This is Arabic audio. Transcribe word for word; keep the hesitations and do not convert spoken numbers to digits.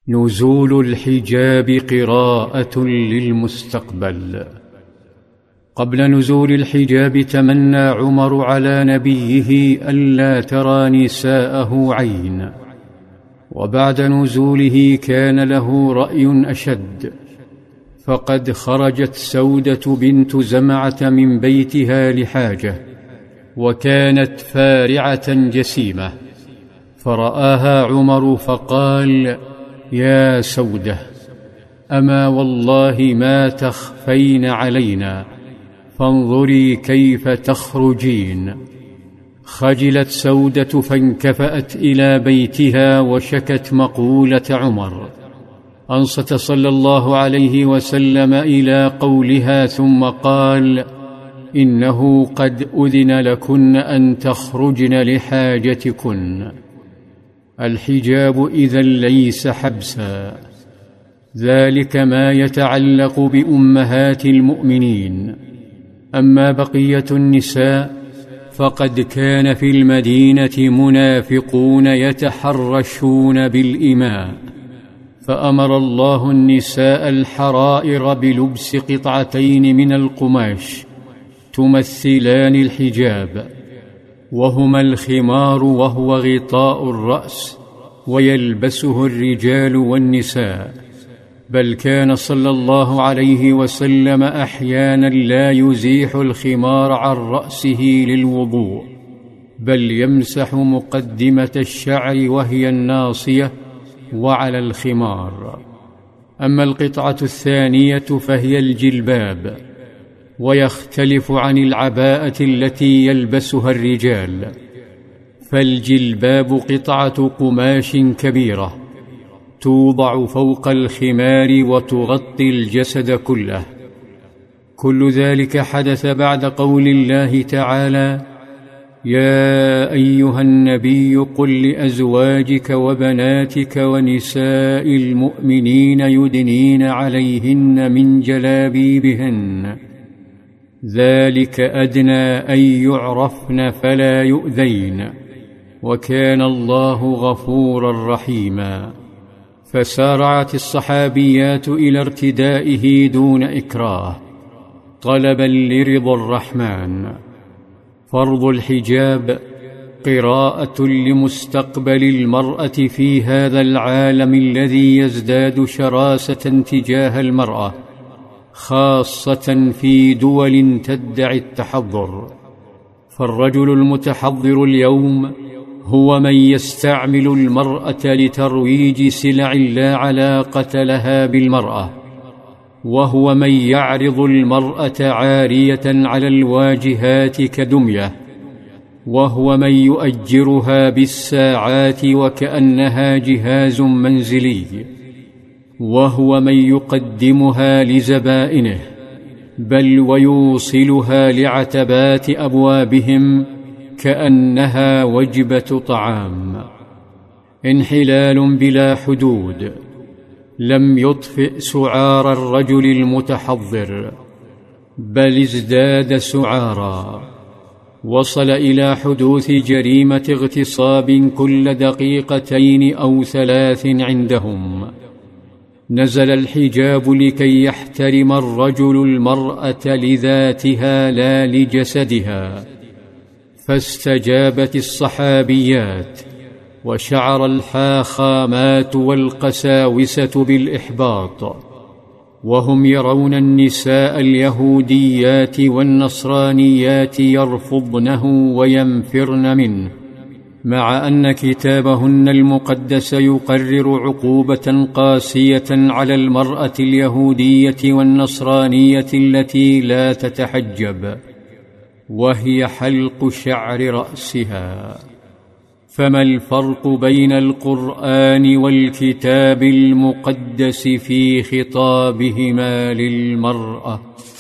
نزول الحجاب قراءة للمستقبل. قبل نزول الحجاب تمنى عمر على نبيه ألا ترى نساءه عين، وبعد نزوله كان له رأي أشد، فقد خرجت سودة بنت زمعة من بيتها لحاجة، وكانت فارعة جسيمة، فرآها عمر فقال: يا سودة، أما والله ما تخفين علينا، فانظري كيف تخرجين. خجلت سودة فانكفأت إلى بيتها وشكت مقولة عمر. أنصت صلى الله عليه وسلم إلى قولها ثم قال: إنه قد أذن لكن أن تخرجن لحاجتكن. الحجاب إذن ليس حبسا، ذلك ما يتعلق بأمهات المؤمنين. أما بقية النساء فقد كان في المدينة منافقون يتحرشون بالإماء، فأمر الله النساء الحرائر بلبس قطعتين من القماش تمثلان الحجاب، وهما الخمار وهو غطاء الرأس، ويلبسه الرجال والنساء. بل كان صلى الله عليه وسلم أحيانا لا يزيح الخمار عن رأسه للوضوء، بل يمسح مقدمة الشعر وهي الناصية وعلى الخمار. أما القطعة الثانية فهي الجلباب، ويختلف عن العباءة التي يلبسها الرجال، فالجلباب قطعة قماش كبيرة توضع فوق الخمار وتغطي الجسد كله. كل ذلك حدث بعد قول الله تعالى: يا أيها النبي قل لأزواجك وبناتك ونساء المؤمنين يدنين عليهن من جلابيبهن، ذلك أدنى أن يعرفن فلا يؤذين، وكان الله غفورا رحيما. فسارعت الصحابيات إلى ارتدائه دون إكراه، طلبا لرضا الرحمن. فرض الحجاب قراءة لمستقبل المرأة في هذا العالم الذي يزداد شراسة تجاه المرأة، خاصة في دول تدعي التحضر. فالرجل المتحضر اليوم هو من يستعمل المرأة لترويج سلع لا علاقة لها بالمرأة، وهو من يعرض المرأة عارية على الواجهات كدمية، وهو من يؤجرها بالساعات وكأنها جهاز منزلي، وهو من يقدمها لزبائنه، بل ويوصلها لعتبات أبوابهم كأنها وجبة طعام. انحلال بلا حدود لم يطفئ سعار الرجل المتحضر، بل ازداد سعارا، وصل إلى حدوث جريمة اغتصاب كل دقيقتين أو ثلاث عندهم. نزل الحجاب لكي يحترم الرجل المرأة لذاتها لا لجسدها، فاستجابت الصحابيات، وشعر الحاخامات والقساوسة بالإحباط، وهم يرون النساء اليهوديات والنصرانيات يرفضنه وينفرن منه، مع أن كتابهن المقدس يقرر عقوبة قاسية على المرأة اليهودية والنصرانية التي لا تتحجب، وهي حلق شعر رأسها. فما الفرق بين القرآن والكتاب المقدس في خطابهما للمرأة؟